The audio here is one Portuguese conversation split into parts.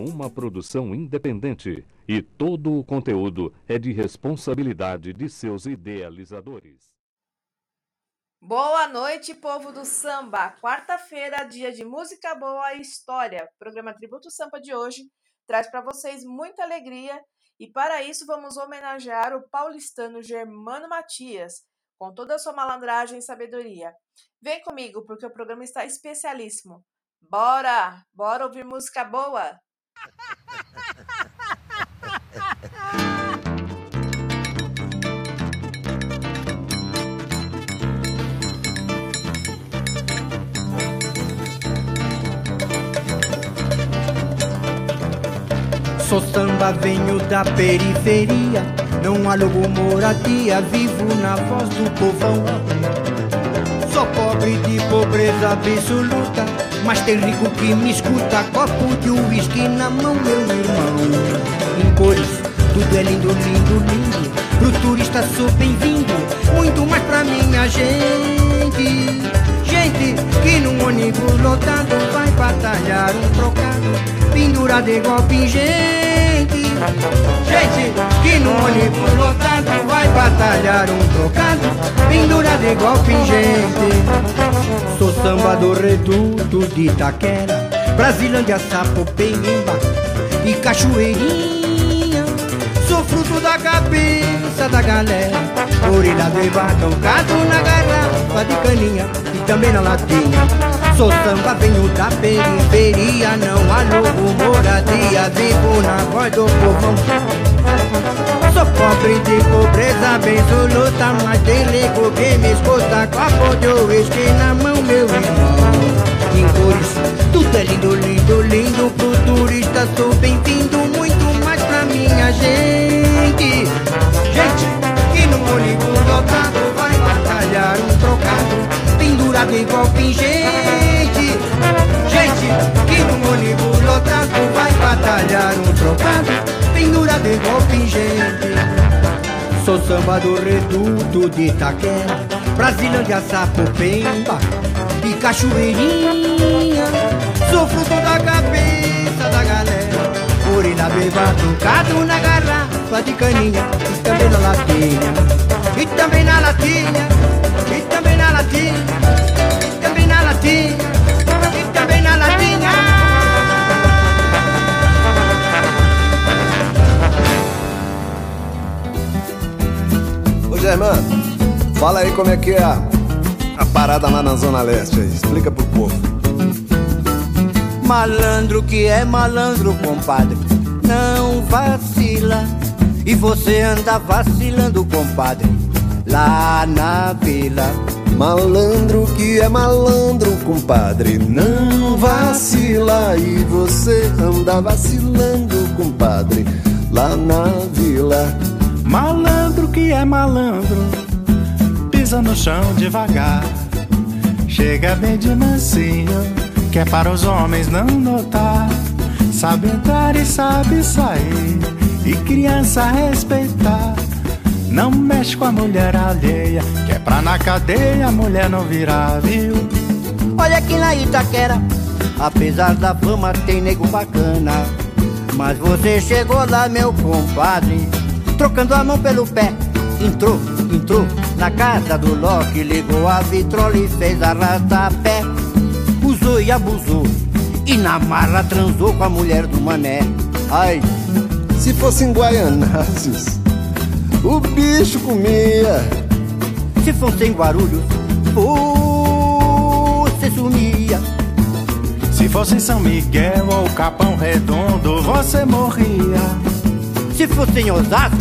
uma produção independente e todo o conteúdo é de responsabilidade de seus idealizadores. Boa noite, povo do samba! Quarta-feira, dia de música boa e história. O programa Tributo Sampa de hoje traz para vocês muita alegria e para isso vamos homenagear o paulistano Germano Matias, com toda a sua malandragem e sabedoria. Vem comigo, porque o programa está especialíssimo. Bora! Bora ouvir música boa! Sou samba, venho da periferia, não alugo moradia, vivo na voz do povão. Sou pobre de pobreza absoluta, mas tem rico que me escuta, copo de uísque na mão, meu irmão. Em cores, tudo é lindo, lindo, lindo, pro turista sou bem-vindo, muito mais pra minha gente. Gente que num ônibus lotado vai batalhar um trocado, pendurado igual pingente. Gente que no ônibus lotado vai batalhar um trocado, pendurado igual pingente. Sou samba do reduto de Itaquera, Brasilândia, Sapopemba e Cachoeirinha. Sou fruto da cabeça da galera, orelha de batucado na garrafa de caninha e também na latinha. Sou samba, venho da periferia, não alugo moradia, vivo na voz do povão. Sou pobre de pobreza absoluta, mas tem rico que me escuta, copo de uísque na mão, meu irmão. Em cores, tudo é lindo, lindo, lindo, pro turista sou bem-vindo, muito mais pra minha gente. Gente que no ônibus lotado vai batalhar um trocado, pendurado igual pingente. Gente que no ônibus lotado vai batalhar um trocado, pendurado igual pingente. Sou samba do reduto de Itaquera, Brasilândia, Sapopemba e Cachoeirinha. Sou fruto da cabeça da galera, orelha bem batucado na garrafa de caninha e também na latinha, e também na latinha, e também na latinha, e também na latinha, e também na latinha. Ô Germano, fala aí como é que é a parada lá na Zona Leste aí, explica pro povo. Malandro que é malandro, compadre, não vacila. E você anda vacilando, compadre, lá na vila. Malandro que é malandro, compadre, não vacila. E você anda vacilando, compadre, lá na vila. Malandro que é malandro, pisa no chão devagar, chega bem de mansinho, que é para os homens não notar. Sabe entrar e sabe sair, e criança respeitar. Não mexe com a mulher alheia, que é pra na cadeia a mulher não virar, viu? Olha aqui na Itaquera, apesar da fama tem nego bacana, mas você chegou lá, meu compadre, trocando a mão pelo pé. Entrou na casa do Loki, ligou a vitrola e fez arrasta-pé. Usou e abusou, e na marra transou com a mulher do mané. Ai, se fosse em Guaianazes, o bicho comia. Se fosse em Guarulhos, você sumia. Se fosse em São Miguel ou Capão Redondo, você morria. Se fosse em Osasco,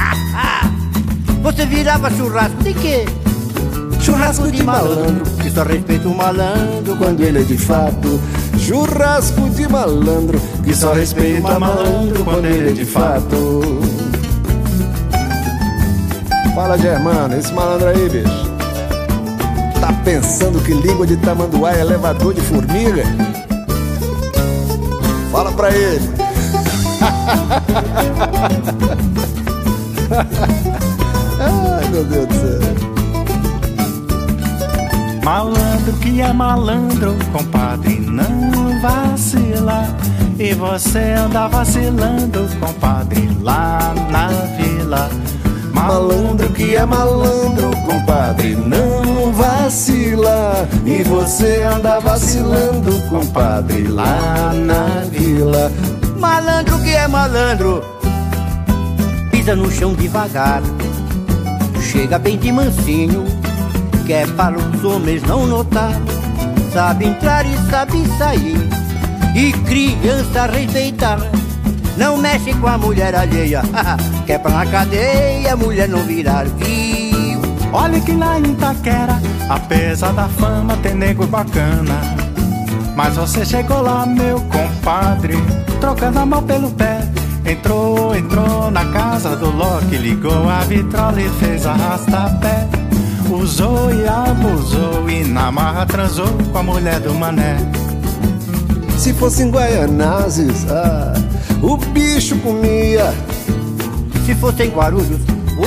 você virava churrasco de quê? Churrasco de malandro, que só respeita o malandro quando ele é de fato. Churrasco de malandro, que só respeita o malandro quando ele é de fato. Fala, Germano, esse malandro aí, bicho, tá pensando que língua de tamanduá é elevador de formiga? Fala pra ele. Ai, meu Deus do céu. Malandro que é malandro, compadre, não vacila. E você anda vacilando, compadre, lá na vila. Malandro que é malandro, compadre, não vacila. E você anda vacilando, compadre, lá na vila. Malandro que é malandro, pisa no chão devagar, chega bem de mansinho, que é para os homens não notar. Sabe entrar e sabe sair, e criança respeitar. Não mexe com a mulher alheia, que é pra na cadeia a mulher não virar viu. Olha que lá em Itaquera, apesar da fama tem nego bacana, mas você chegou lá, meu compadre, trocando a mão pelo pé. Entrou na casa do Loki, ligou a vitrola e fez arrasta-pé. Usou e abusou e na marra transou com a mulher do mané. Se fosse em Guaianazes, o bicho comia. Se fosse em Guarulhos,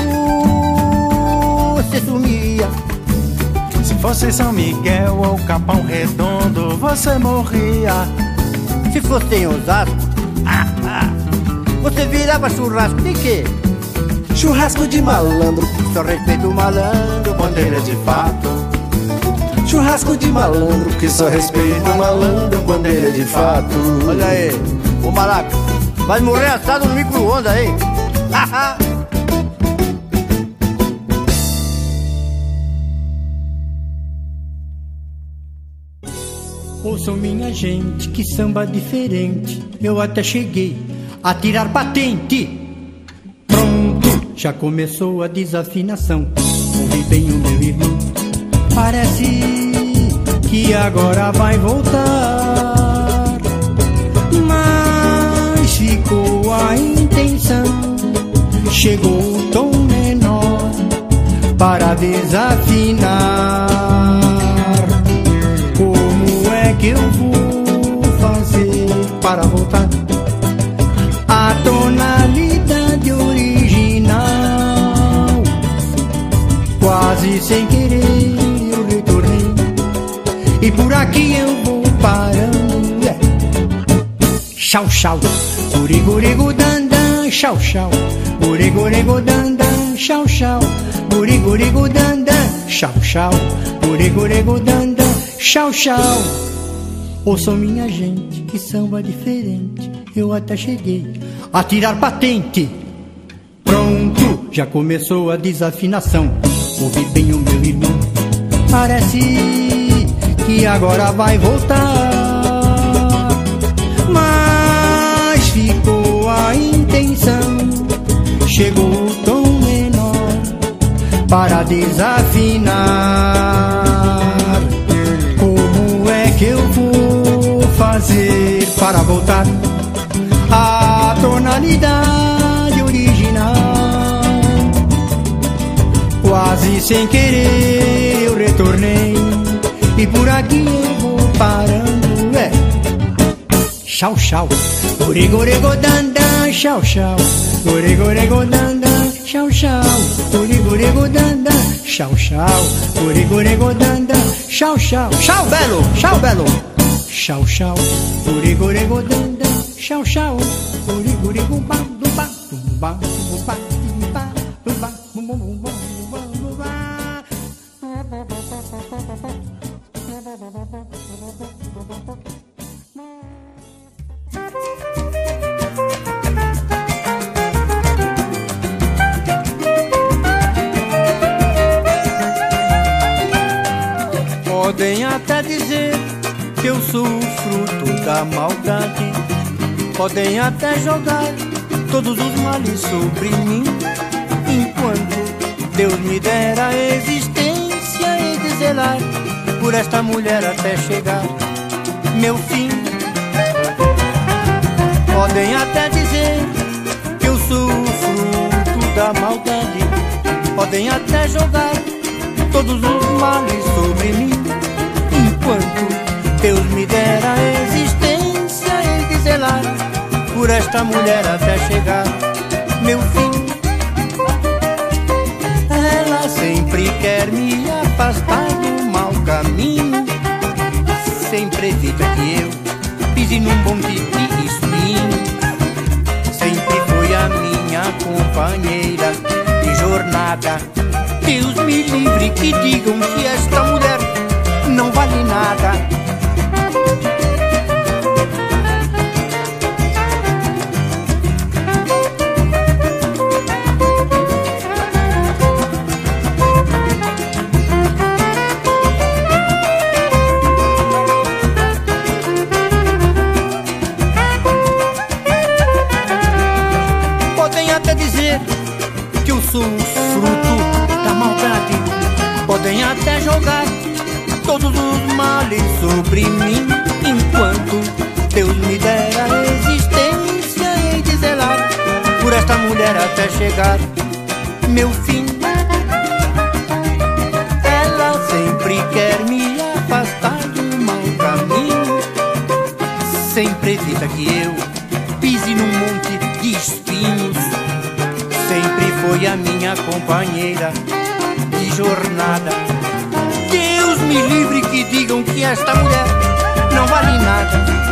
você sumia. Se fosse São Miguel ou Capão Redondo, você morria. Se fosse em Osasco, você virava churrasco de quê? Churrasco de malandro, Só respeito o malandro, bandeira de fato. churrasco de malandro, que só respeita o malandro quando ele é de fato. Olha aí, ô malaco, vai morrer assado no micro-ondas aí. Ouçam minha gente, que samba diferente. Eu até cheguei a tirar patente. Pronto, já começou a desafinação. Ouvi bem o meu irmão, parece que agora vai voltar. Mas ficou a intenção, chegou o tom menor para desafinar. Como é que eu vou fazer para voltar a tonalidade original? Quase sem querer eu retornei, e por aqui eu vou parando. Chau, chau, guri-guri-gu dandan, chau, chau, guri-guri-gu dandan, chau, chau, guri-guri-gu dandan, chau, chau, guri-guri-gu dandan, chau, chau. Ouçam minha gente, que samba diferente. Eu até cheguei a tirar patente. Pronto, já começou a desafinação. Ouvi bem o meu irmão, parece que agora vai voltar. Mas ficou a intenção, chegou o tom menor para desafinar. Como é que eu vou fazer para voltar a tonalidade original? Quase sem querer eu retornei, e por aqui eu vou parando. Chau, chau, guri-guri-gu dandan, chau, chau, guri-guri-gu dandan, chau, chau, guri-guri-gu dandan, chau, chau, guri-guri-gu dandan, chau, chau, chau, belo, chau, belo, chau, chau, guri-guri-gu dandan, chau, chau, guri-guri-gu ba, du ba, du ba, du ba, du ba, du ba, bum, bum, bum, bum, bum, bum, ba. Podem até dizer que eu sou fruto da maldade, podem até jogar todos os males sobre mim, enquanto Deus me dera a existência e de zelar por esta mulher até chegar meu fim. Podem até dizer que eu sou fruto da maldade, podem até jogar todos os males sobre mim, enquanto Deus me dera a existência e de zelar por esta mulher até chegar meu fim. Ela sempre quer me afastar do mal caminho. Sempre evita que eu pise num monte de espinho. Sempre foi a minha companheira de jornada. Deus me livre que digam que esta mulher não vale nada. Podem até dizer que eu sou fruto da maldade. Podem até jogar todos os males sobre mim. Enquanto Deus me der a existência, hei de zelar por esta mulher até chegar meu fim. Ela sempre quer me afastar do mau caminho. Sempre evita que eu pise num monte de espinhos. Sempre foi a minha companheira de jornada. Deus me livre que digam que esta mulher não vale nada.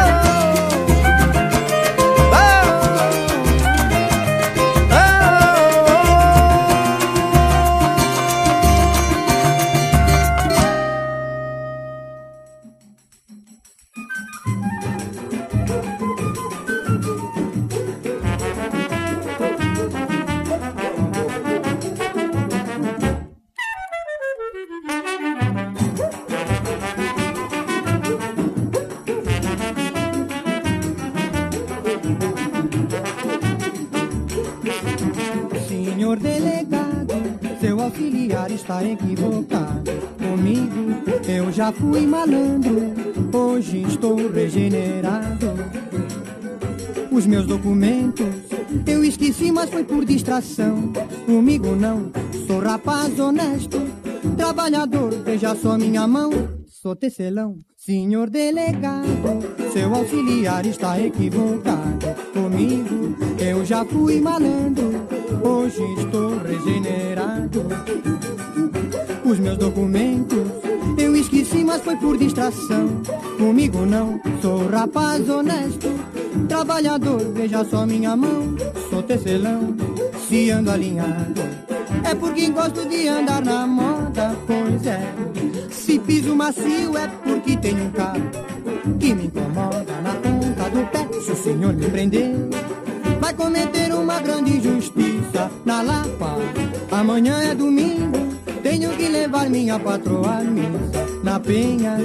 Senhor delegado, seu auxiliar está equivocado. Comigo eu já fui malandro, hoje estou regenerado. Os meus documentos eu esqueci, mas foi por distração. Comigo não, sou rapaz honesto, trabalhador, veja só minha mão. Sou tecelão, senhor delegado, seu auxiliar está equivocado. Comigo eu já fui malandro, hoje estou regenerado. Os meus documentos eu esqueci, mas foi por distração. Comigo não, sou rapaz honesto, trabalhador, veja só minha mão. Sou tecelão, se ando alinhado, é porque gosto de andar na moda, pois é. Se piso macio é porque tenho um carro que me incomoda na ponta do pé. Se o senhor me prender, vai cometer uma grande injustiça na Lapa. Amanhã é domingo, tenho que levar minha patroa à missa na Penha.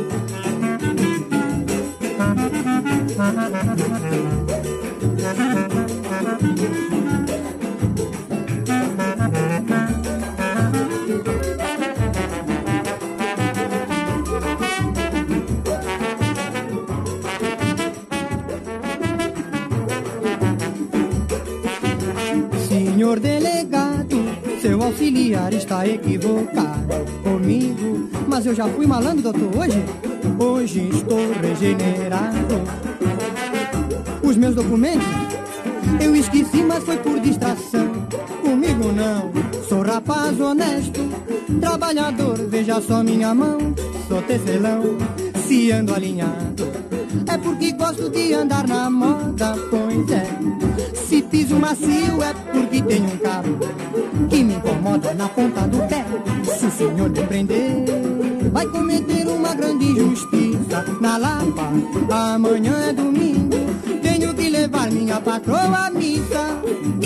Senhor delegado, seu auxiliar está equivocado comigo, mas eu já fui malandro, doutor, hoje estou regenerado. Os meus documentos eu esqueci, mas foi por distração. Comigo não, sou rapaz honesto, trabalhador, veja só minha mão. Sou tecelão, se ando alinhado, é porque gosto de andar na moda, pois é. Se piso macio é porque tenho um carro que me incomoda na ponta do pé. Se o senhor me prender, vai cometer uma grande injustiça na Lapa. Amanhã é domingo, tenho que levar minha patroa à missa.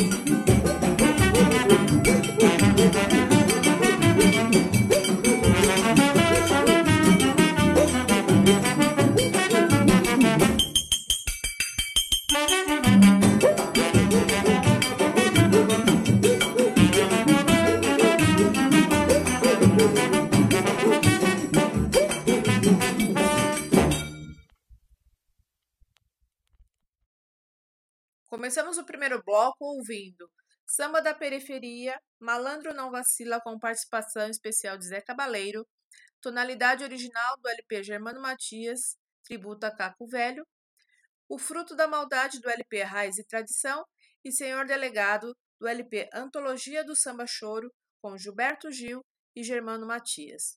Começamos o primeiro bloco ouvindo Samba da Periferia, Malandro Não Vacila, com participação especial de Zé Cabaleiro, tonalidade original do LP Germano Matias, tributo a Caco Velho, O Fruto da Maldade do LP Raiz e Tradição e Senhor Delegado do LP Antologia do Samba Choro, com Gilberto Gil e Germano Matias.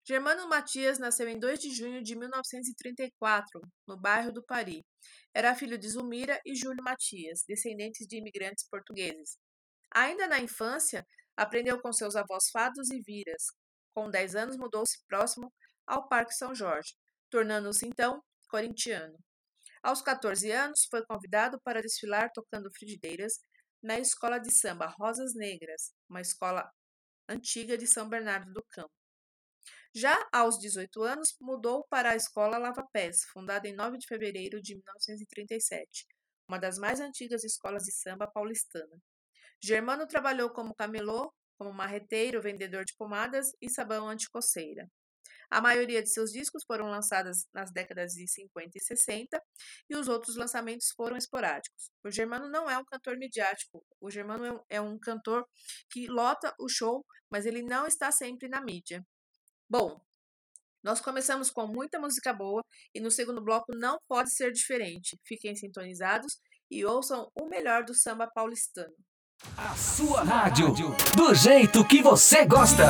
Germano Matias nasceu em 2 de junho de 1934, no bairro do Pari. Era filho de Zulmira e Júlio Matias, descendentes de imigrantes portugueses. Ainda na infância, aprendeu com seus avós fados e viras. Com 10 anos, mudou-se próximo ao Parque São Jorge, tornando-se então corintiano. Aos 14 anos, foi convidado para desfilar tocando frigideiras na escola de samba Rosas Negras, uma escola antiga de São Bernardo do Campo. Já aos 18 anos, mudou para a escola Lava Pés, fundada em 9 de fevereiro de 1937, uma das mais antigas escolas de samba paulistana. Germano trabalhou como camelô, como marreteiro, vendedor de pomadas e sabão anticoceira. A maioria de seus discos foram lançados nas décadas de 50 e 60 e os outros lançamentos foram esporádicos. O Germano não é um cantor midiático, o Germano é um cantor que lota o show, mas ele não está sempre na mídia. Bom, nós começamos com muita música boa e no segundo bloco não pode ser diferente. Fiquem sintonizados e ouçam o melhor do samba paulistano. A sua rádio, do jeito que você gosta.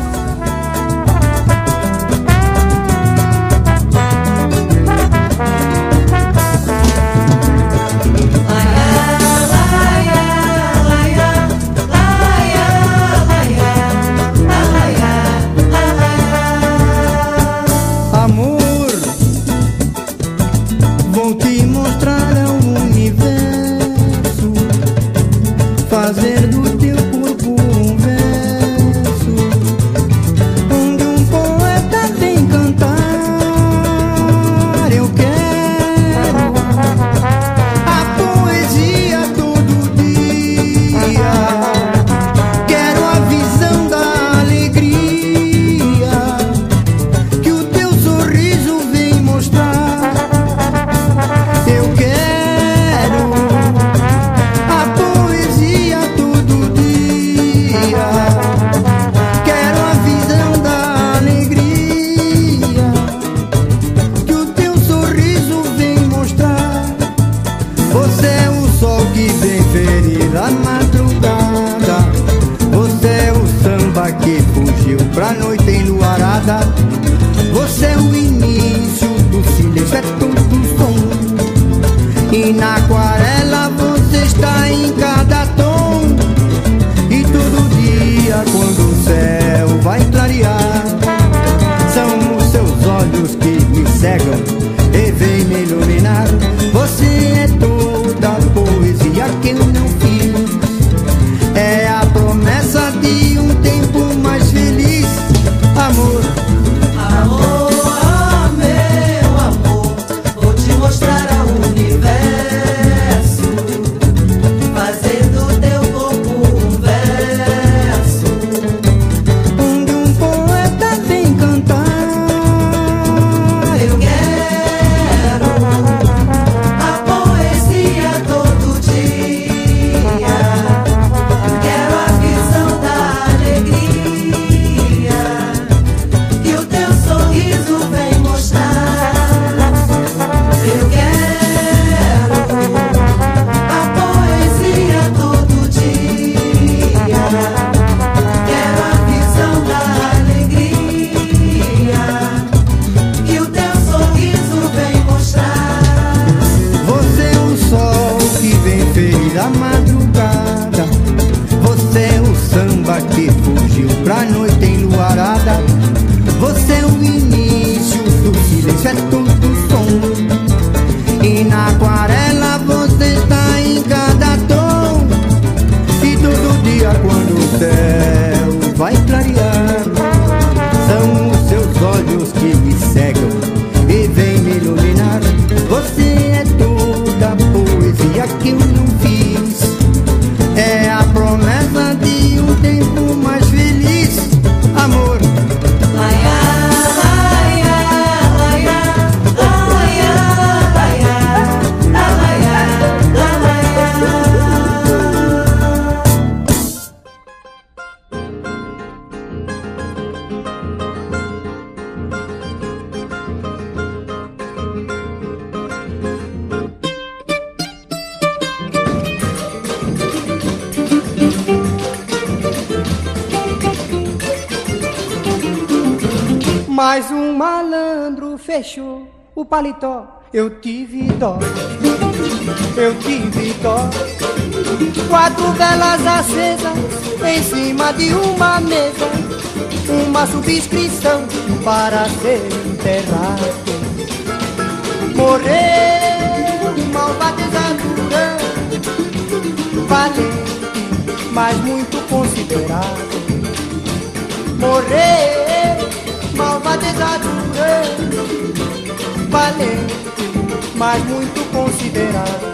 Amor, vou te mostrar ao universo, fazer do teu corpo um verso, onde um poeta vem cantar. Eu quero a poesia todo dia, quero a visão da alegria que o teu sorriso vem mostrar. Eu quero a poesia todo dia, quero a visão da alegria que o teu sorriso vem mostrar. Você é o sol que vem ferir a madrugada, você é o samba que fugiu pra noite enluarada, você é o início do silêncio, é todo som, e na aquarela você está em cada tom. E todo dia quando o céu vai clarear, são os seus olhos que me cegam e vêm me iluminar. Você é toda a poesia que eu não fiz, é a promessa de um tempo mais feliz. Amor, Amor, meu amor, vou te mostrar ao universo, fazer do teu corpo um verso, onde um poeta vem cantar. eu quero a poesia todo dia, quero a visão da alegria que o teu sorriso vem mostrar. Eu quero a poesia todo dia, quero a visão da alegria que o teu sorriso vem mostrar. Você é o sol que vem ferir a madrugada, você é o samba que fugiu pra noite enluarada, você é o início do silêncio, é todo som, e na aquarela você está em cada tom. E todo dia quando o céu vai clarear, são os seus olhos que me cegam e vêm me iluminar. Você é toda a poesia que eu não fiz, é a promessa de um tempo mais feliz. Amor, Laia, laia, laia, laia, laia, Mas um malandro fechou o paletó. Eu tive dó, eu tive dó. 4 velas acesas em cima de uma mesa, uma subscrição para ser enterrado. Morreu mal batizado, valente, mas muito considerado. Morreu mal batizado, valente, mas muito considerado.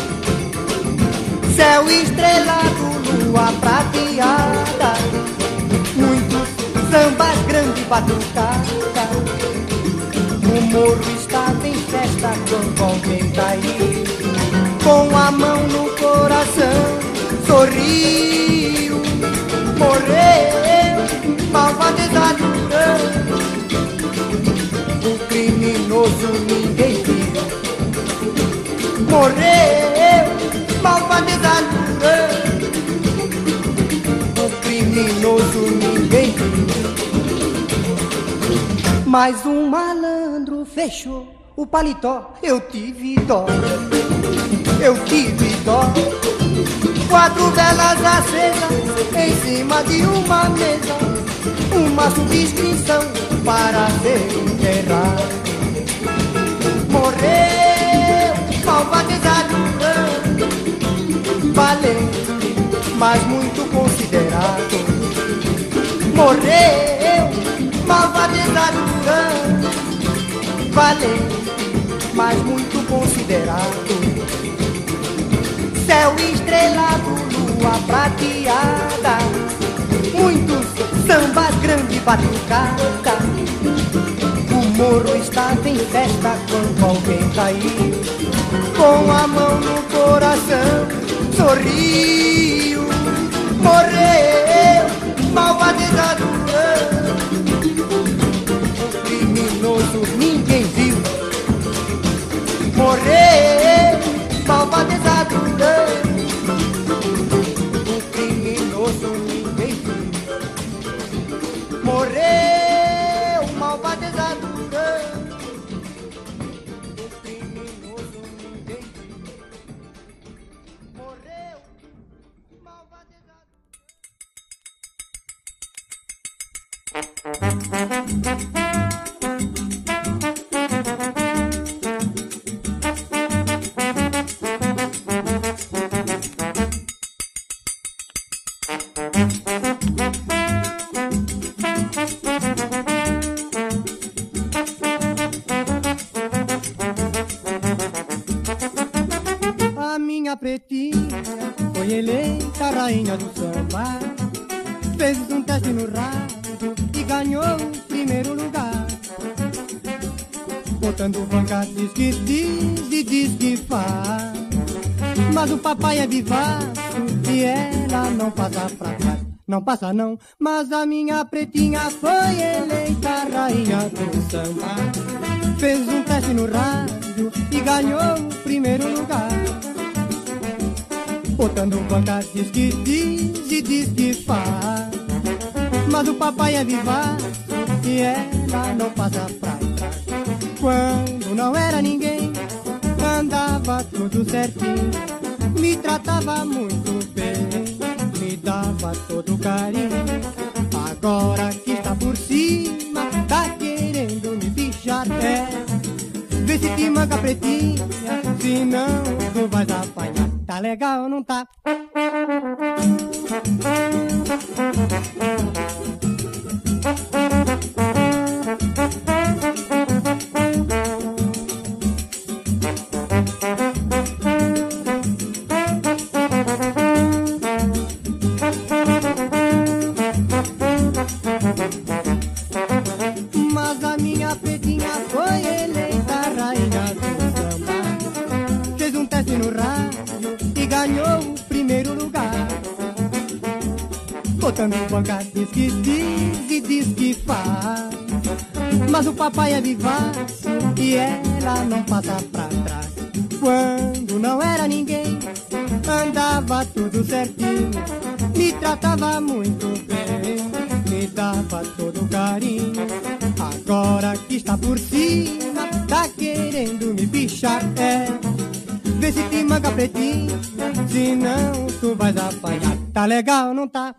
Céu estrelado, lua prateada, muitos sambas, grande batucada. O morro estava em festa quando alguém caiu, com a mão no coração, sorriu. Morreu, malvadezado, o criminoso ninguém viu. Morreu, malvadezado, o criminoso ninguém viu. Mas um malandro fechou o paletó. Eu tive dó, eu tive dó. 4 velas acesas em cima de uma mesa, uma subscrição para ser enterrado. Morreu, malvadezado, valente, mas muito considerado. Morreu, malvadezado, valente, mas muito considerado. Céu estrelado, lua prateada, muitos sambas, grande batucada. O morro estava em festa quando alguém caiu, com a mão no coração, sorriu. Morreu, malvadezado, o criminoso ninguém viu. Morreu, malvadezado, o criminoso ninguém viu. Morreu, malvadezado, o criminoso ninguém viu. Morreu, malvadezado. A minha pretinha foi eleita rainha do samba, fez um teste no rádio e ganhou o primeiro lugar. Botando banca, diz que diz e diz que faz, mas o papai é vivaço e ela não passa pra trás. Não passa não, mas a minha pretinha foi eleita rainha do samba, fez um teste no rádio e ganhou o primeiro lugar. Botando banca, diz que diz e diz que faz, mas o papai é vivaço e ela não passa pra trás. Quando não era ninguém, andava tudo certinho, me tratava muito bem, me dava todo carinho. Agora que está por cima, tá querendo me bichar, vê se te manca pretinha, senão tu vais apanhar. Tá legal ou não tá? Mas a minha pretinha foi eleita rainha do samba, fez um teste no rádio e ganhou o primeiro lugar. Botando banca, diz que diz e diz que faz, mas o papai é vivaço e ela não passa pra trás. Quando não era ninguém, andava tudo certinho, me tratava muito bem, me dava todo carinho. Agora que está por cima, tá querendo me bichar, é. Vê se te manca pretinho, senão tu vais apanhar. Tá legal, não tá?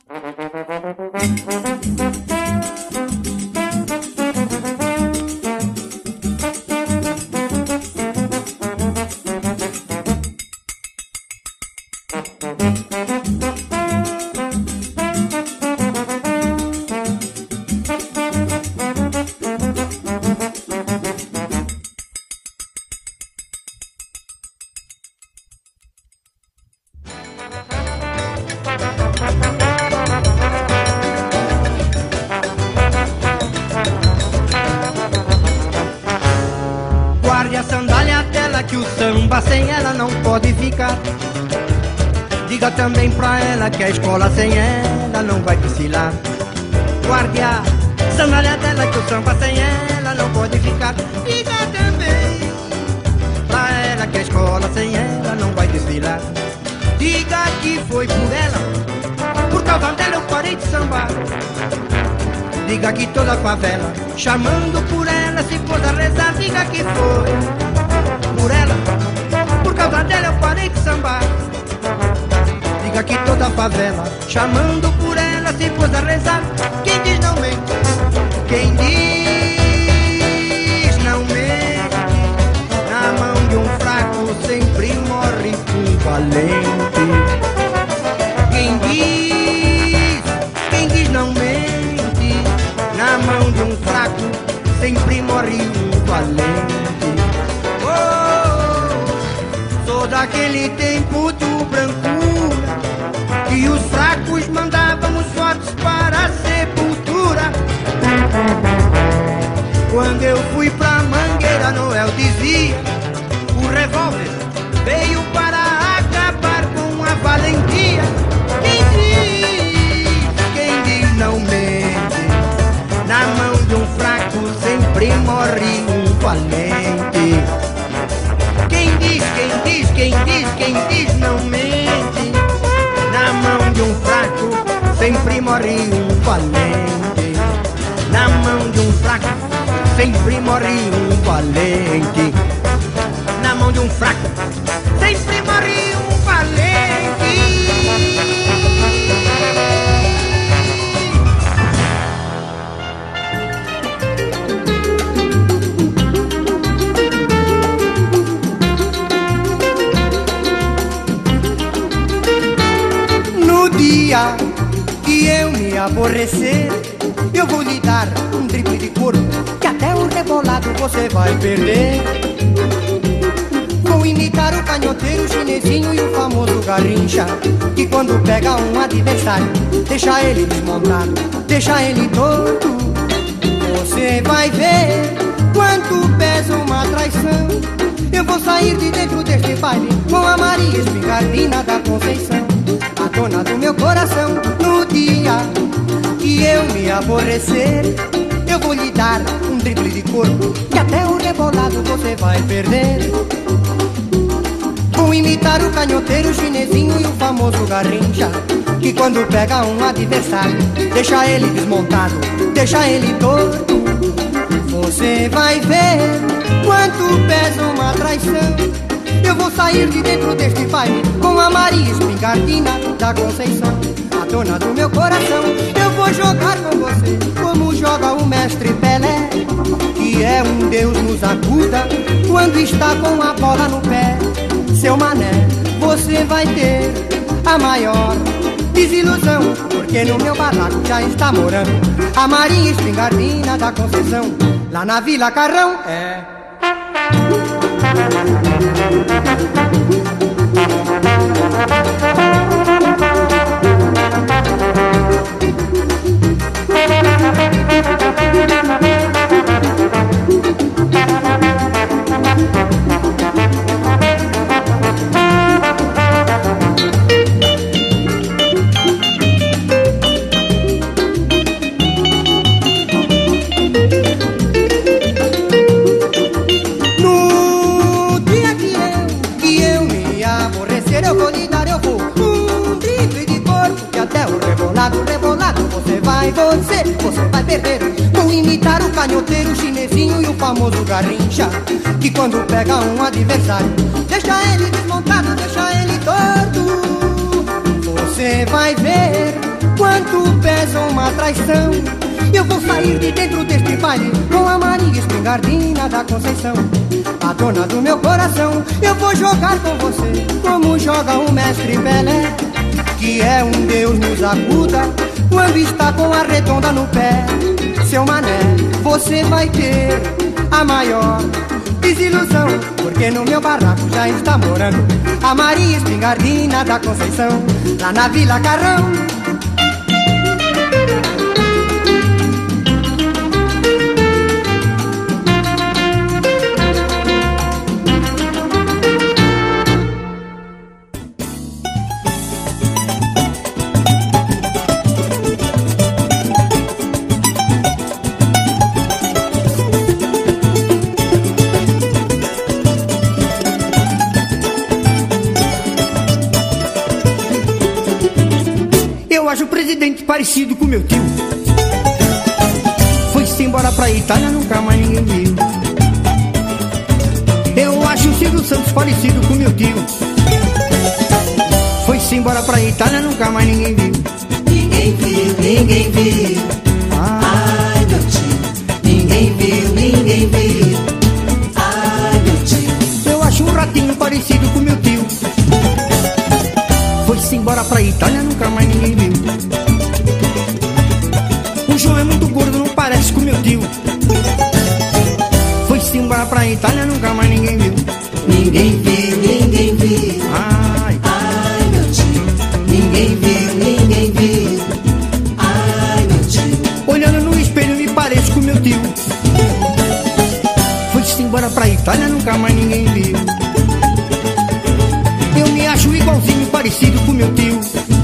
Sem ela não pode ficar. Diga também pra ela que a escola sem ela não vai desfilar. Guarde a sandália dela que o samba sem ela não pode ficar. Diga também pra ela que a escola sem ela não vai desfilar. Diga que foi por ela, por causa dela eu parei de sambar. Diga que toda a favela chamando por ela se pôs a rezar. Diga que foi por ela, por causa dela eu parei de sambar. Diga que toda a favela chamando por ela se pôs a rezar. Quem diz não mente, quem diz não mente. Na mão de um fraco sempre morre um valente. Quem diz não mente. Na mão de um fraco sempre morre um valente. Daquele tempo do brancura, que os fracos mandavam os fortes para a sepultura. Quando eu fui pra Mangueira, Noel dizia: o revólver veio para acabar com a valentia. Quem diz não mente. Na mão de um fraco sempre morre um valente. Quem diz não mente. Na mão de um fraco sempre morre um valente. Na mão de um fraco sempre morre um valente. Na mão de um fraco sempre morre um valente. Dia que eu me aborrecer, eu vou lhe dar um drible de corpo que até o rebolado você vai perder. Vou imitar o canhoteiro, o chinesinho e o famoso garrincha, que quando pega um adversário deixa ele desmontado, deixa ele torto. Você vai ver quanto pesa uma traição. Eu vou sair de dentro deste baile com a Maria Espingardina da Conceição, a dona do meu coração. No dia que eu me aborrecer, eu vou lhe dar um drible de corpo que até o rebolado você vai perder. Vou imitar o canhoteiro, o chinesinho e o famoso garrincha, que quando pega um adversário deixa ele desmontado, deixa ele torto. Você vai ver quanto pesa uma traição. Eu vou sair de dentro deste baile com a Maria Espingardina da Conceição, a dona do meu coração. Eu vou jogar com você como joga o mestre Pelé, que é um deus nos acuda quando está com a bola no pé. Seu mané, você vai ter a maior desilusão, porque no meu barraco já está morando a Maria Espingardina da Conceição, lá na Vila Carrão. É. Você vai perder vou imitar o canhoteiro, o chinesinho e o famoso garrincha, que quando pega um adversário, deixa ele desmontado, deixa ele torto. Você vai ver quanto pesa uma traição. Eu vou sair de dentro deste baile com a Maria Espingardina da Conceição, a dona do meu coração. Eu vou jogar com você como joga o mestre Pelé, que é um deus nos acuda quando está com a redonda no pé. Seu mané, você vai ter a maior desilusão, porque no meu barraco já está morando a Maria Espingardina da Conceição, lá na Vila Carrão. Eu acho o presidente parecido com meu tio. Foi-se embora pra Itália, nunca mais ninguém viu. Eu acho o Silvio Santos parecido com meu tio. Foi-se embora pra Itália, nunca mais ninguém viu. Ninguém viu, ninguém viu. Ai, meu tio. Ninguém viu, ninguém viu. Ai, meu tio. Eu acho um ratinho parecido com meu tio. Foi-se embora pra Itália, nunca mais ninguém viu. O João é muito gordo, não parece com meu tio. Foi-se embora pra Itália, nunca mais ninguém viu. Ninguém viu, ninguém viu. Ai, Ai, meu tio. Ninguém viu, ninguém viu. Ai, meu tio. olhando no espelho me pareço com meu tio. Foi-se embora pra Itália, nunca mais ninguém viu. Eu me acho igualzinho, parecido com meu tio.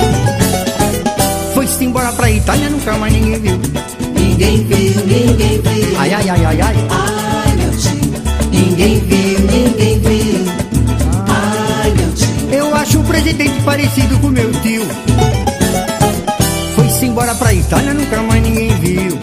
Foi-se embora pra Itália, nunca mais ninguém viu. Ninguém viu, ninguém viu. Ai, ai, ai, ai, ai. Ai, meu tio. Ninguém viu, ninguém viu. Ai, meu tio. Eu acho o presidente parecido com meu tio. Foi-se embora pra Itália, nunca mais ninguém viu.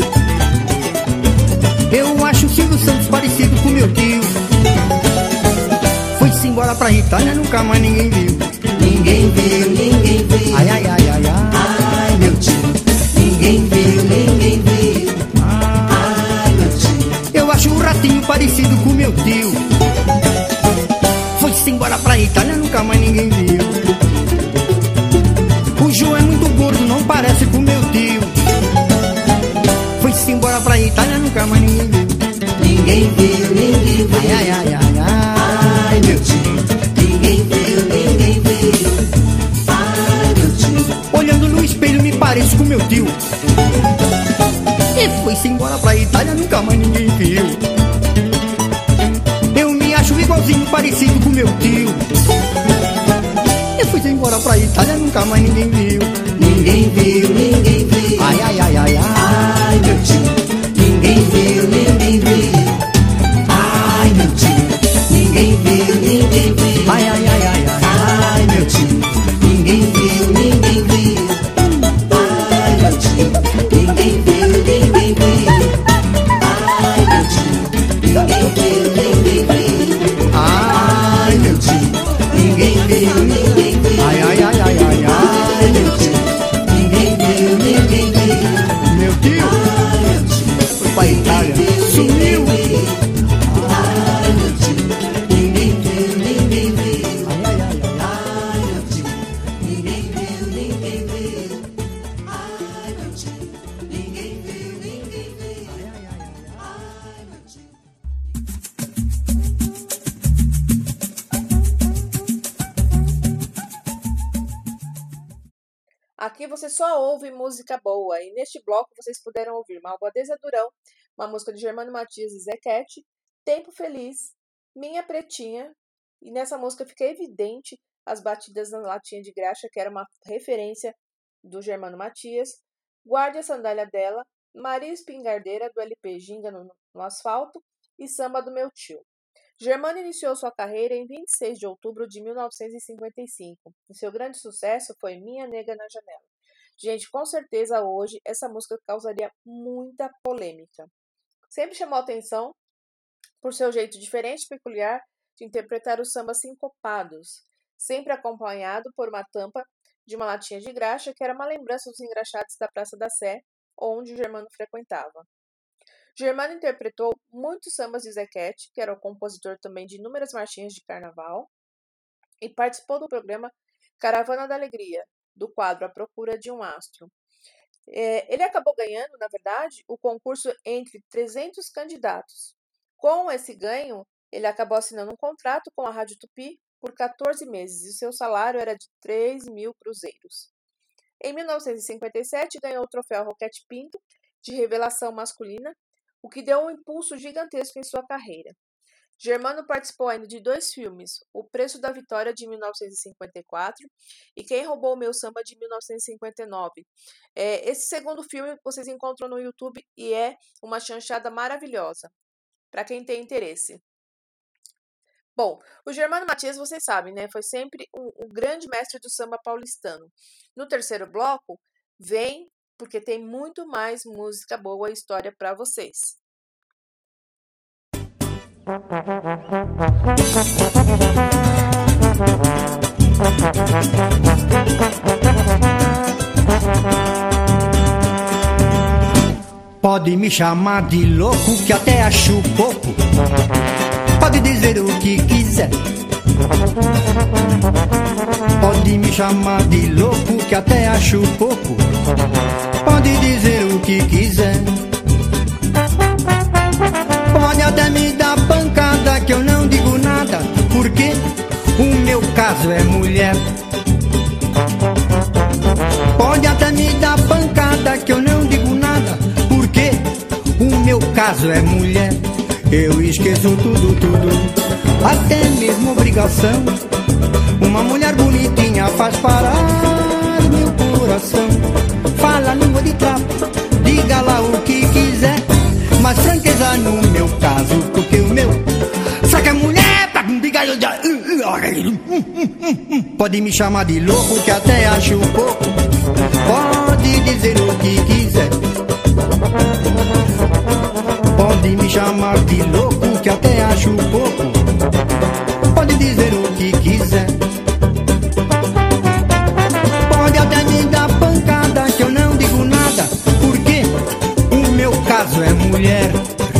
Eu acho o Silvio Santos parecido com meu tio. Foi-se embora pra Itália, nunca mais ninguém viu. Ninguém viu, ninguém viu. Ai, ai, ai, ai, ai. Ai, meu tio. Ninguém viu, ninguém viu. Ai, meu tio. Eu acho um ratinho parecido com meu tio. Foi-se embora pra Itália, nunca mais ninguém viu. O João é muito gordo, não parece com meu tio. Foi-se embora pra Itália, nunca mais ninguém viu. Ninguém viu, ninguém viu. Ai, ai, ai, ai, ai. Ai, meu tio. Ninguém viu, ninguém viu. Ai, meu tio. Olhando no espelho me pareço com meu tio. E foi-se embora pra Itália, nunca mais ninguém viu. Eu me acho igualzinho, parecido com meu tio. E foi-se embora pra Itália, nunca mais ninguém viu. Ninguém viu, ninguém viu. Ai, ai, ai, ai, ai. Ai, meu tio. Ninguém viu, ninguém viu. Ai, meu tio. Ninguém viu, ninguém viu. Ai, ai, ai, ai, ai. Ai, meu tio. Ninguém viu, ninguém viu. Ai, meu tio. Ninguém viu, ninguém viu. Ai, meu tio. Ninguém viu, ninguém viu. Ai, meu tio. Ninguém viu, ninguém viu. ai, ai, ai, ai, ai, ai. Ai, meu tio. Ninguém viu, ninguém viu. Meu tio Ai, meu tio. foi pra Itália, sumiu. Ai, meu tio. Ninguém viu, ninguém viu. Ai, ai, ai, ai, ai. Ai, meu tio. Ninguém viu, ninguém viu. Ai, meu tio. Ninguém viu, ninguém viu. Ai, meu tio. Aqui você só ouve música boa, e neste bloco vocês puderam ouvir Malvadeza Durão, uma música de Germano Matias e Zequete, Tempo Feliz, Minha Pretinha, e nessa música fica evidente as batidas na latinha de graxa, que era uma referência do Germano Matias, Guarde a Sandália Dela, Maria Espingardeira, do LP Ginga no Asfalto, e Samba do Meu Tio. Germano iniciou sua carreira em 26 de outubro de 1955, e seu grande sucesso foi Minha Nega na Janela. Gente, com certeza hoje essa música causaria muita polêmica. Sempre chamou atenção por seu jeito diferente e peculiar de interpretar os sambas sincopados, sempre acompanhado por uma tampa de uma latinha de graxa, que era uma lembrança dos engraxates da Praça da Sé, onde o Germano frequentava. Germano interpretou muitos sambas de Zequete, que era o compositor também de inúmeras marchinhas de carnaval, e participou do programa Caravana da Alegria, do quadro A Procura de um Astro. Ele acabou ganhando, na verdade, o concurso entre 300 candidatos. Com esse ganho, ele acabou assinando um contrato com a Rádio Tupi por 14 meses e seu salário era de 3.000 cruzeiros. Em 1957, ganhou o troféu Roquete Pinto de revelação masculina, o que deu um impulso gigantesco em sua carreira. Germano participou ainda de 2 filmes, O Preço da Vitória, de 1954, e Quem Roubou o Meu Samba, de 1959. Esse segundo filme vocês encontram no YouTube e é uma chanchada maravilhosa, para quem tem interesse. Bom, o Germano Matias, vocês sabem, né? Foi sempre um grande mestre do samba paulistano. No terceiro bloco, vem, porque tem muito mais música boa e história para vocês. Pode me chamar de louco, que até acho pouco. Pode dizer o que quiser. Pode me chamar de louco, que até acho pouco. Pode dizer o que quiser. Pode até me dar pancada, que eu não digo nada, porque o meu caso é mulher. Pode até me dar pancada, que eu não digo nada, porque o meu caso é mulher. Eu esqueço tudo, até mesmo obrigação. Uma mulher bonitinha faz parar meu coração. Fala língua de trapo, diga lá o que quiser, mas franqueza no meu caso, porque o meu saca é mulher pra diga. Pode me chamar de louco, que até acho pouco. Pode dizer o que quiser. Pode me chamar de louco, que até acho pouco. Pode dizer o que quiser. Pode até me dar pancada, que eu não digo nada, porque o meu caso é mulher.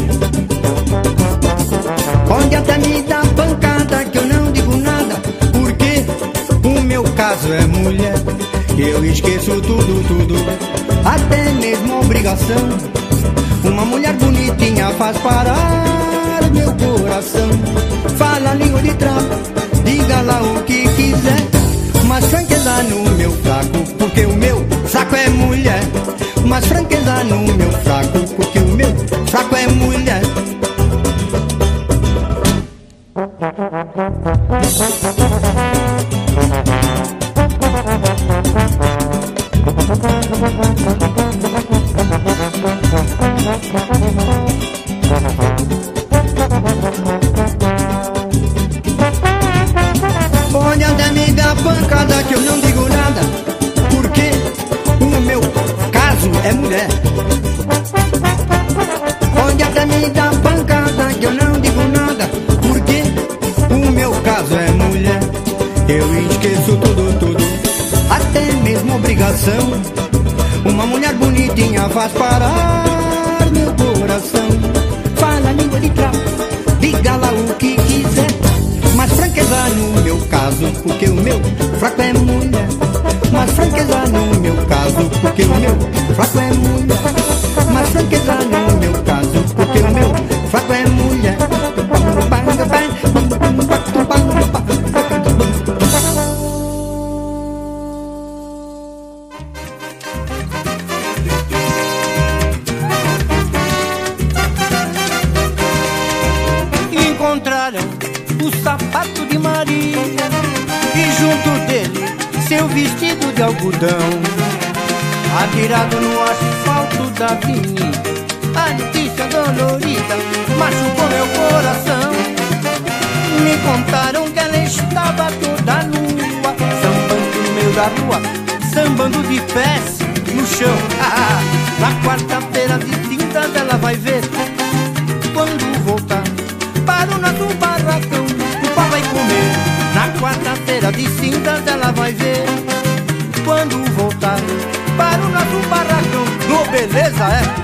Pode até me dar pancada, que eu não digo nada, porque o meu caso é mulher. Eu esqueço tudo, até mesmo obrigação. Uma mulher bonitinha faz parar meu coração. Fala língua de trapo, diga lá o que quiser, mas franqueza no meu fraco, porque o meu fraco é mulher. Mas franqueza no meu fraco, porque o meu fraco é mulher. Pode até me dar pancada, que eu não digo nada, porque o meu caso é mulher. Pode até me dar pancada, que eu não digo nada, porque o meu caso é mulher. Eu esqueço tudo, até mesmo obrigação. Uma mulher bonitinha faz parar meu coração. Fala língua de trapo, diga lá o que quiser, mas franqueza no meu caso, porque o meu fraco é mulher. Mas franqueza no meu caso, porque o meu fraco é mulher. Mas franqueza no meu caso, porque o meu fraco é mulher. Encontraram o sapato de Maria e junto dele seu vestido de algodão, atirado no asfalto da avenida. A notícia dolorida machucou meu coração. Me contaram que ela estava toda nua, sambando no meio da rua, sambando de pés. no chão. Na quarta-feira de cinzas ela vai ver, quando voltar para o nosso barracão, o pau vai comer. Na quarta-feira de cinzas ela vai ver, quando voltar para o nosso barracão. No beleza, é?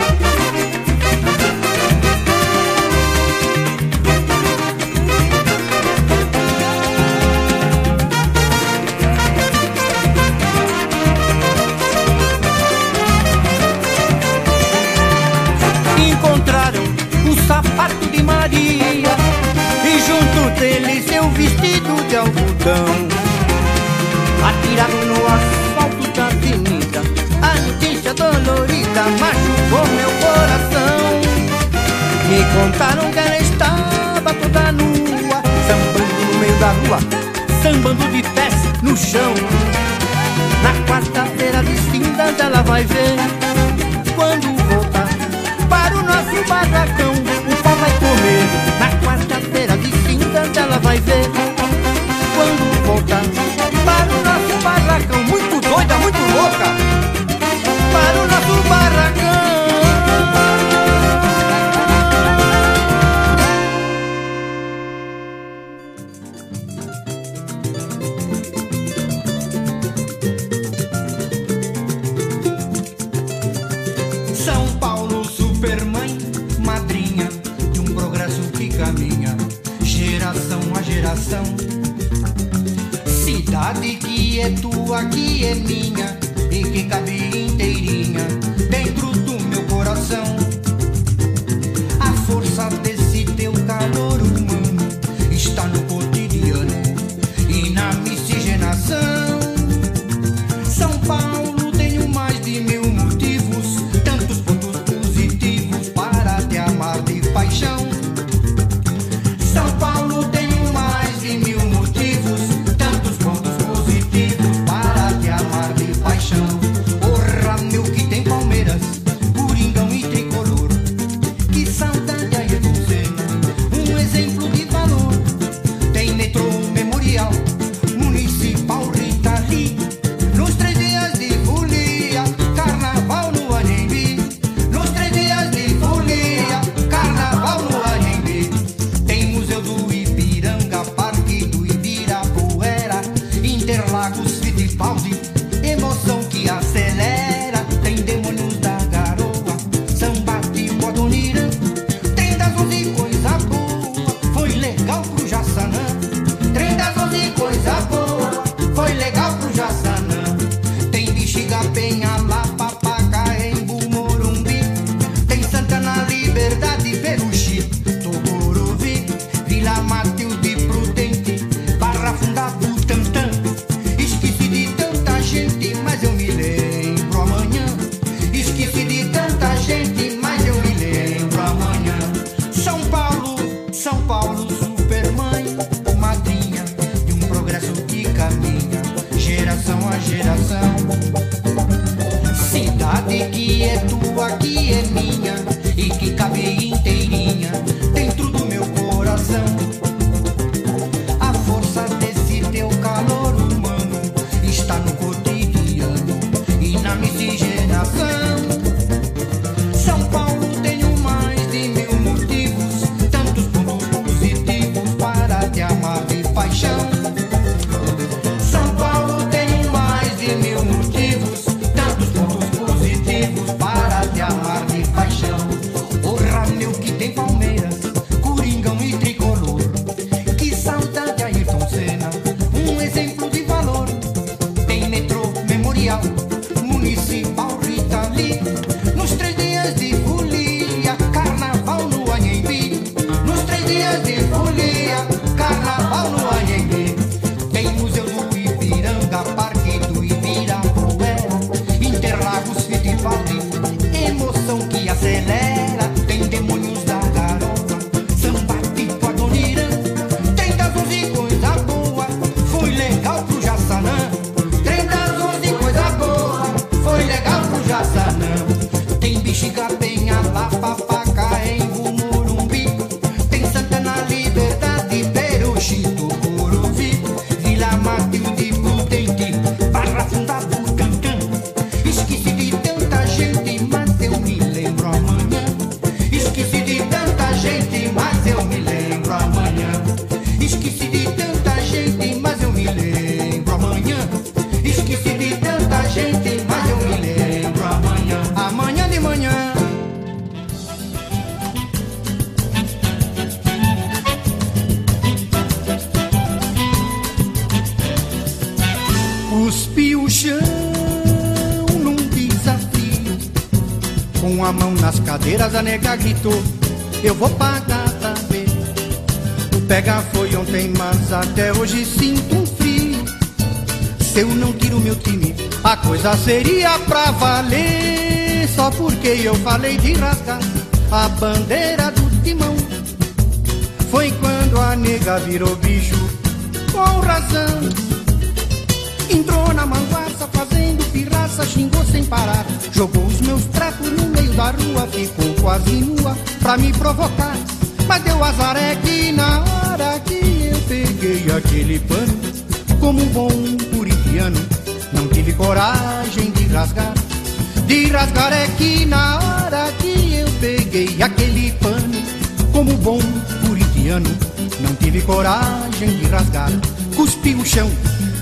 Encontraram o sapato de Maria e junto dele seu vestido de algodão. Atiraram no asfalto da avenida, a notícia dolorida machucou meu coração. Me contaram que ela estava toda nua, sambando no meio da rua, sambando de pés no chão. Na quarta-feira de cinzas ela vai ver, quando voltar para o nosso barracão, o pau vai comer. Na quarta-feira de cinzas ela vai ver, quando voltar para o nosso barracão. Muito doida, muito louca, para o nosso barracão. São Paulo, supermãe, madrinha de um progresso que caminha geração a geração. Cidade que é tua, que é minha e que cabe inteirinha dentro do meu coração. A força desse teu calor humano está no cotidiano e na miscigenação. São Paulo, tenho mais de 1000 motivos, tantos pontos positivos para te amar de paixão. São Paulo, tenho mais de 1000 motivos, tantos pontos positivos para te amar de paixão. Porra, meu, que tem Palmeiras de tanta gente, mas eu me lembro amanhã. Amanhã de manhã. Cuspi o chão num desafio. Com a mão nas cadeiras a nega gritou: eu vou pagar pra ver. O pega foi ontem, mas até hoje sinto um frio. Se eu não tiro meu time, a coisa seria pra valer. Só porque eu falei de rasgar a bandeira do timão. Foi quando a nega virou bicho, com razão. Entrou na manguaça fazendo pirraça, xingou sem parar. Jogou os meus trapos no meio da rua, ficou quase nua pra me provocar. Mas deu azar é que na hora que eu peguei aquele pano, como um bom puritiano, não tive coragem de rasgar. De rasgar é que na hora que eu peguei aquele pano, como um bom puritiano, não tive coragem de rasgar. Cuspi o chão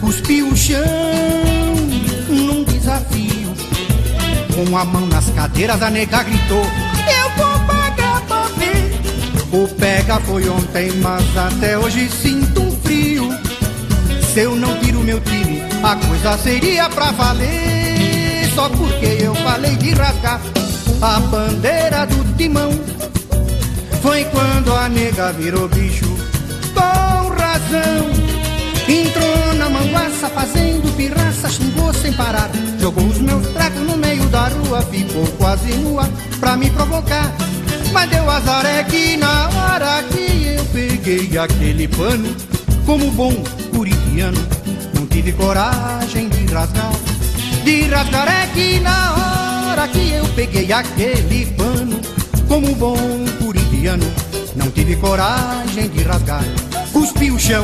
num desafio. Com a mão nas cadeiras a nega gritou: eu vou pagar pra ver. O pega foi ontem, mas até hoje sinto um frio. Se eu não tiro meu time, a coisa seria pra valer. Só porque eu falei de rasgar a bandeira do timão. Foi quando a nega virou bicho, com razão. Entrou na manguaça fazendo pirraça, xingou sem parar. Jogou os meus trapos no meio da rua, ficou quase nua pra me provocar. Mas deu azar é que na hora que eu peguei aquele pano, como bom puritiano, não tive coragem de rasgar. De rasgar é que na hora que eu peguei aquele pano, como bom puritiano, não tive coragem de rasgar. Cuspi o chão.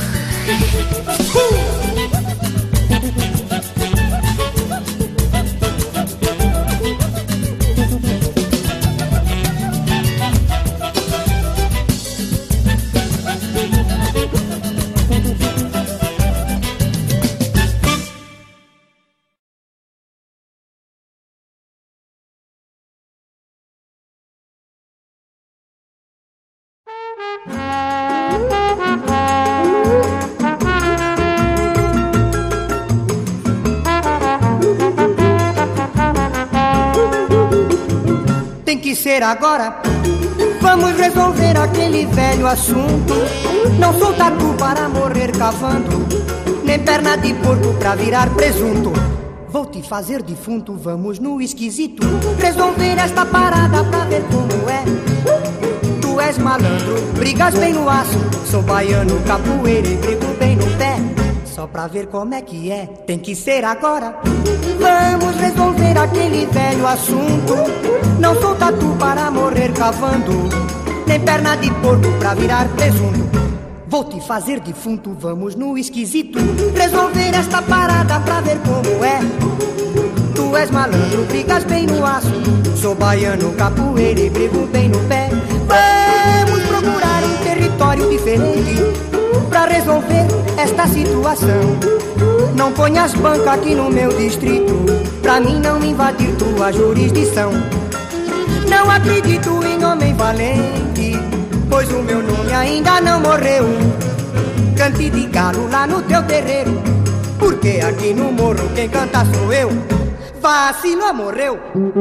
Tem que ser agora, vamos resolver aquele velho assunto. Não sou tatu para morrer cavando, nem perna de porco pra virar presunto. Vou te fazer defunto, vamos no esquisito resolver esta parada pra ver como é. Tu és malandro, brigas bem no aço. Sou baiano, capoeira e brigo bem no pé. Só pra ver como é que é, tem que ser agora. Vamos resolver aquele velho assunto. Não sou tatu para morrer cavando, nem perna de porco pra virar presunto. Vou te fazer defunto, vamos no esquisito resolver esta parada pra ver como é. Tu és malandro, brigas bem no aço. Sou baiano, capoeira e brigo bem no pé. Vamos procurar um território diferente pra resolver esta situação. Não ponhas banca aqui no meu distrito, pra mim não invadir tua jurisdição. Não acredito em homem valente, pois o meu nome ainda não morreu. Cante de galo lá no teu terreiro, porque aqui no morro quem canta sou eu. Vacilou, morreu.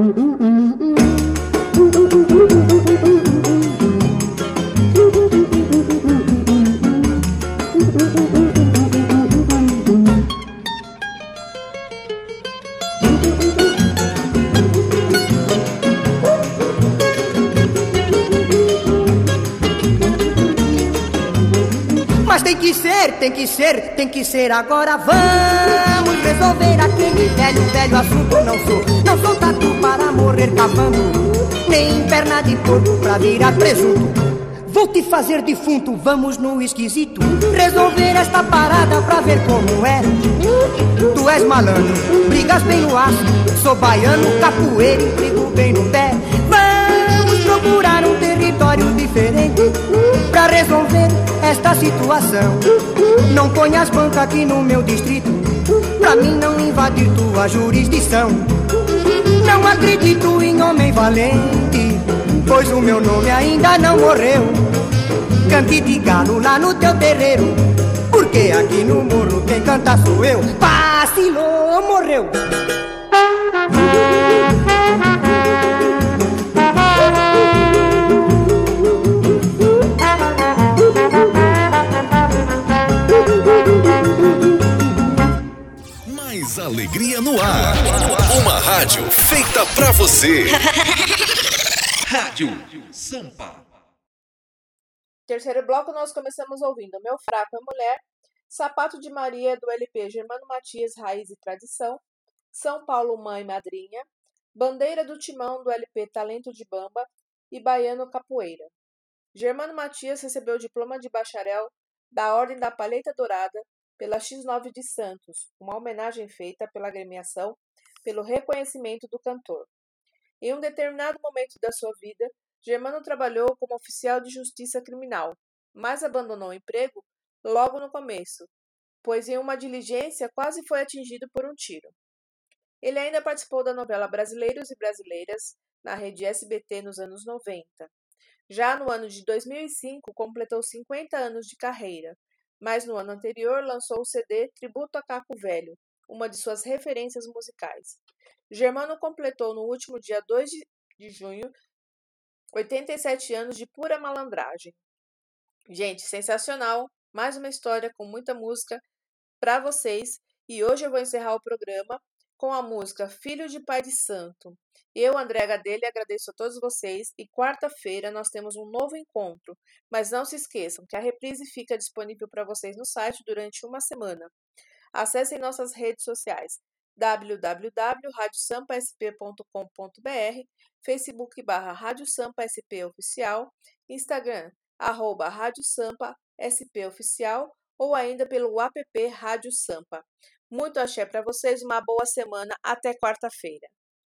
Mas tem que ser agora. Vamos resolver aquele velho assunto. Não sou tatu para morrer cavando, nem perna de porco pra virar presunto. Vou te fazer defunto, vamos no esquisito resolver esta parada pra ver como é. Tu és malandro, brigas bem no aço. Sou baiano, capoeira e brigo bem no pé. Vamos procurar um território diferente pra resolver esta situação. Não ponhas banca aqui no meu distrito, pra mim não invadir tua jurisdição. Não acredito em homem valente, pois o meu nome ainda não morreu. Cante de galo lá no teu terreiro, porque aqui no morro quem canta sou eu. Vacilou, morreu. Mais alegria no ar. Uma rádio feita pra você. Rádio Sampa. Terceiro bloco, nós começamos ouvindo Meu Fraco é Mulher, Sapato de Maria, do LP Germano Matias, Raiz e Tradição, São Paulo, Mãe Madrinha, Bandeira do Timão, do LP Talento de Bamba e Baiano Capoeira. Germano Matias recebeu o diploma de bacharel da Ordem da Palheta Dourada pela X9 de Santos, uma homenagem feita pela agremiação pelo reconhecimento do cantor. Em um determinado momento da sua vida, Germano trabalhou como oficial de justiça criminal, mas abandonou o emprego logo no começo, pois em uma diligência quase foi atingido por um tiro. Ele ainda participou da novela Brasileiros e Brasileiras na rede SBT nos anos 90. Já no ano de 2005, completou 50 anos de carreira, mas no ano anterior lançou o CD Tributo a Caco Velho, uma de suas referências musicais. Germano completou no último dia 2 de junho 87 anos de pura malandragem. Gente, sensacional! Mais uma história com muita música para vocês. E hoje eu vou encerrar o programa com a música Filho de Pai de Santo. Eu, André Gadelha, agradeço a todos vocês e quarta-feira nós temos um novo encontro. Mas não se esqueçam que a reprise fica disponível para vocês no site durante uma semana. Acessem nossas redes sociais www.radiosampasp.com.br, Facebook /Rádio Sampa SP Oficial, Instagram @Rádio Sampa SP Oficial ou ainda pelo app Rádio Sampa. Muito axé para vocês, uma boa semana, até quarta-feira.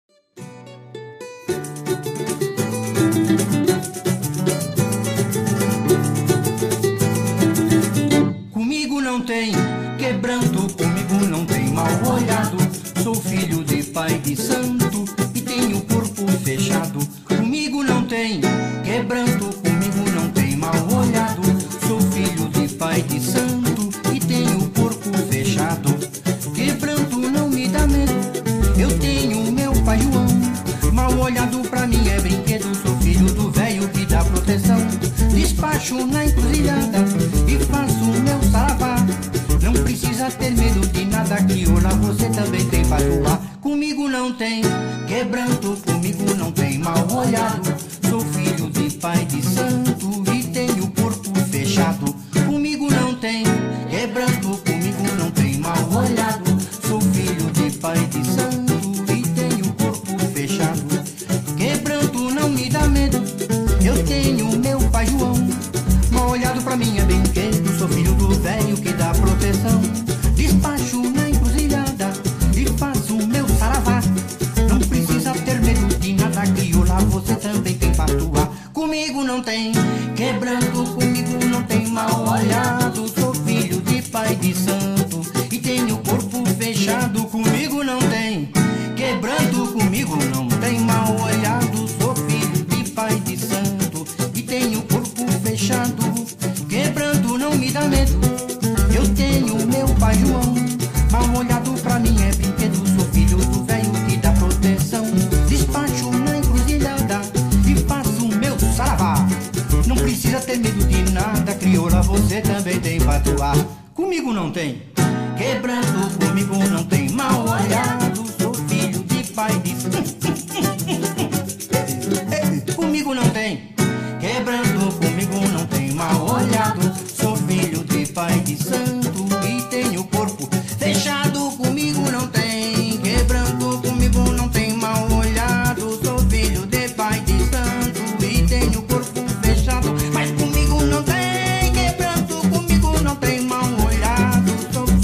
Comigo não tem quebranto, comigo não tem mal olhado. Sou filho de pai de santo e tenho o corpo fechado. Comigo não tem quebranto, comigo não tem mal olhado. Sou filho de pai de santo e tenho o corpo fechado. Quebranto não me dá medo, eu tenho meu pai João. Mal olhado pra mim é brinquedo, sou filho do velho que dá proteção. Despacho na encruzilhada e faço meu saravá. Não precisa ter medo de nada que olá você também tem pra doar. Comigo não tem quebranto, comigo não tem mal olhado. Sou filho de pai de santo e tenho o corpo fechado. Comigo não tem quebranto, comigo não tem mal olhado. Sou filho de pai de santo e tenho o corpo fechado. Quebranto não me dá medo, eu tenho meu pai João. Mal olhado pra mim é brinquedo, sou filho do velho que dá proteção. Despacho na encruzilhada e faço meu saravá. Não precisa ter medo de nada que olá você também tem pra atuar. Comigo não tem quebranto, comigo não tem mal olhado. Sou filho de pai de santo e tenho o corpo fechado. Comigo não tem quebranto, comigo não tem mal olhado. Sou filho de pai de santo e tenho o corpo fechado. Quebranto não me dá medo, eu tenho meu pai João. Mal olhado pra mim é brinquedo, sou filho do velho que dá proteção. Despacho na encruzilhada e faço meu saravá. Não precisa ter medo de nada, crioula, você também tem pra atuar. Comigo não tem quebranto, comigo não tem mal olhado. Sou filho de pai de comigo não tem quebranto, comigo não tem mal olhado. Sou filho de pai de santo e tenho o corpo fechado. Comigo não tem quebranto, comigo não tem mal olhado. Sou filho de pai de santo e tenho o corpo fechado. Mas comigo não tem quebranto, comigo não tem mal olhado. Sou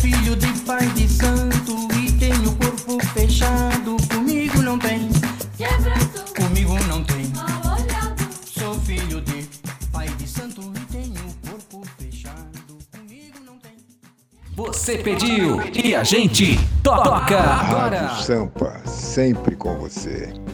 filho de pai de santo e tenho corpo fechado. Comigo não tem, comigo não tem. Sou filho de pai de santo e tenho corpo fechado. Comigo não tem. Você pediu e a gente toca agora. Rádio Sampa, sempre com você.